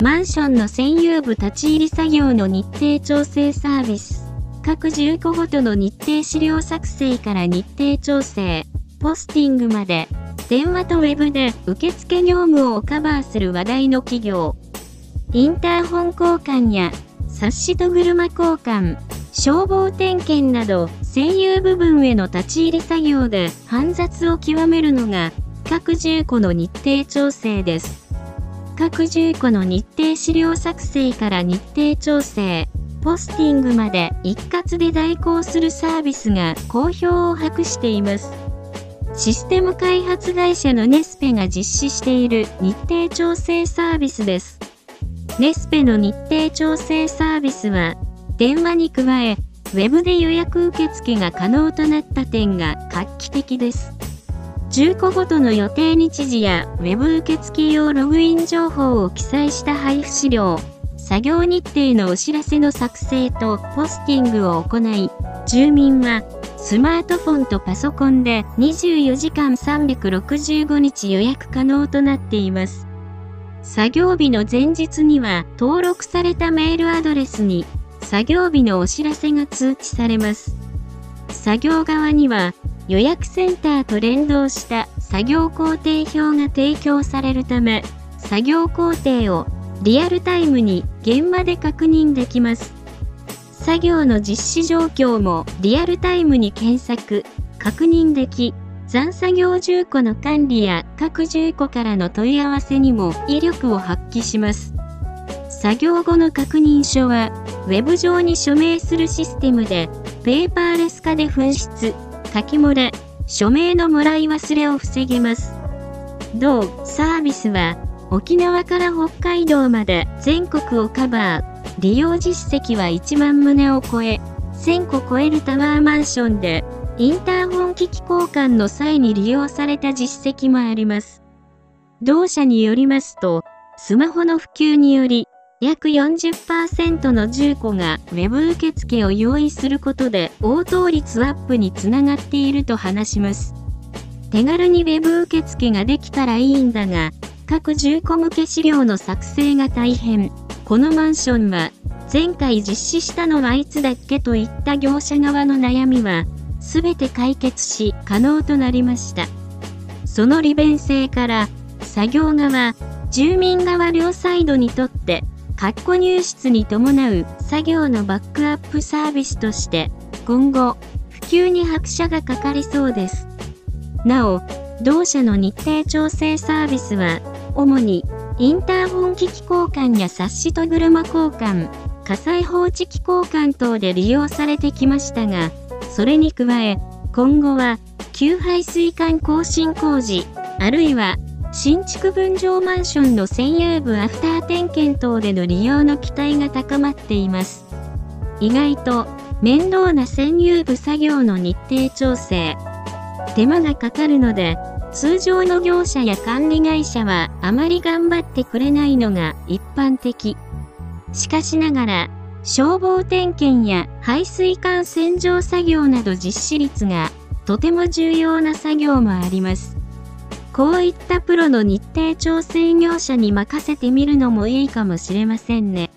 マンションの占有部立ち入り作業の日程調整サービス。各住戸ごとの日程資料作成から日程調整、ポスティングまで、電話とウェブで受付業務をカバーする話題の企業。インターホン交換や、サッシと車交換、消防点検など、占有部分への立ち入り作業で煩雑を極めるのが、各住戸の日程調整です。各住戸の日程資料作成から日程調整、ポスティングまで一括で代行するサービスが好評を博しています。システム開発会社のネスペが実施している日程調整サービスです。ネスペの日程調整サービスは、電話に加え、ウェブで予約受付が可能となった点が画期的です。住戸ごとの予定日時やウェブ受付用ログイン情報を記載した配布資料、作業日程のお知らせの作成とポスティングを行い、住民はスマートフォンとパソコンで24時間365日予約可能となっています。作業日の前日には登録されたメールアドレスに作業日のお知らせが通知されます。作業側には予約センターと連動した作業工程表が提供されるため、作業工程をリアルタイムに現場で確認できます。作業の実施状況もリアルタイムに検索、確認でき、残作業住戸の管理や各住戸からの問い合わせにも威力を発揮します。作業後の確認書は、ウェブ上に署名するシステムで、ペーパーレス化で紛失、書き漏れ、署名のもらい忘れを防げます。同サービスは、沖縄から北海道まで全国をカバー、利用実績は1万棟を超え、1000戸超えるタワーマンションで、インターホン機器交換の際に利用された実績もあります。同社によりますと、スマホの普及により、約 40% の住戸が Web 受付を用意することで応答率アップにつながっていると話します。手軽に Web 受付ができたらいいんだが、各住戸向け資料の作成が大変。このマンションは、前回実施したのはいつだっけといった業者側の悩みは、すべて解決し可能となりました。その利便性から、作業側、住民側両サイドにとって、括弧入室に伴う作業のバックアップサービスとして、今後、普及に拍車がかかりそうです。なお、同社の日程調整サービスは、主に、インターホン機器交換やサッシと車交換、火災報知器交換等で利用されてきましたが、それに加え、今後は、給排水管更新工事、あるいは、新築分譲マンションの占有部アフター点検等での利用の期待が高まっています。意外と、面倒な占有部作業の日程調整、手間がかかるので、通常の業者や管理会社はあまり頑張ってくれないのが一般的。しかしながら、消防点検や排水管洗浄作業など実施率がとても重要な作業もあります。こういったプロの日程調整業者に任せてみるのもいいかもしれませんね。